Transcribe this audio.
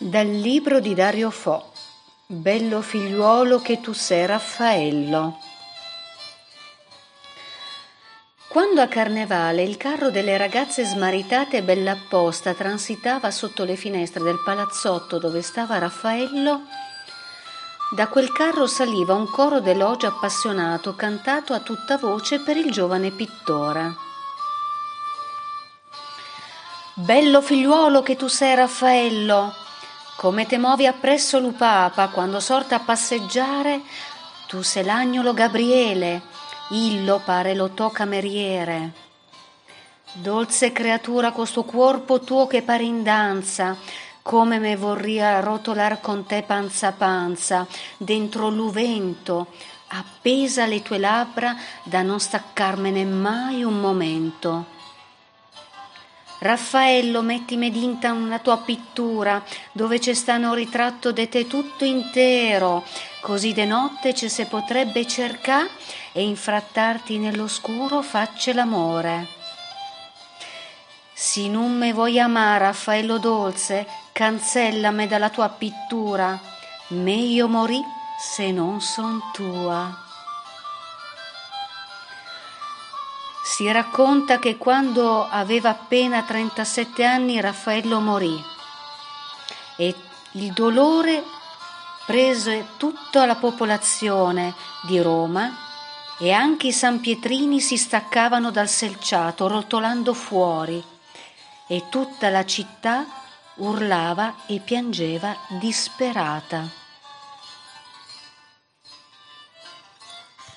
Dal libro di Dario Fo, Bello figliuolo che tu sei Raffaello. Quando a Carnevale il carro delle ragazze smaritate e bella apposta transitava sotto le finestre del palazzotto dove stava Raffaello, da quel carro saliva un coro d'elogio appassionato cantato a tutta voce per il giovane pittore. Bello figliuolo che tu sei Raffaello, come te muovi appresso l'upapa quando sorta a passeggiare, tu sei l'agnolo Gabriele, illo pare lo to cameriere. Dolce creatura questo cuorpo tuo che pare in danza, come me vorria rotolar con te panza a panza, dentro l'uvento, appesa alle tue labbra da non staccarmene mai un momento. Raffaello, mettime dinta una tua pittura, dove c'è stanno ritratto de te tutto intero, così de notte ce se potrebbe cercà e infrattarti nell'oscuro facce l'amore. Si non me vuoi amare, Raffaello dolce, cancellame dalla tua pittura, meglio morì se non son tua. Si racconta che quando aveva appena 37 anni Raffaello morì e il dolore prese tutta la popolazione di Roma e anche i sanpietrini si staccavano dal selciato rotolando fuori e tutta la città urlava e piangeva disperata.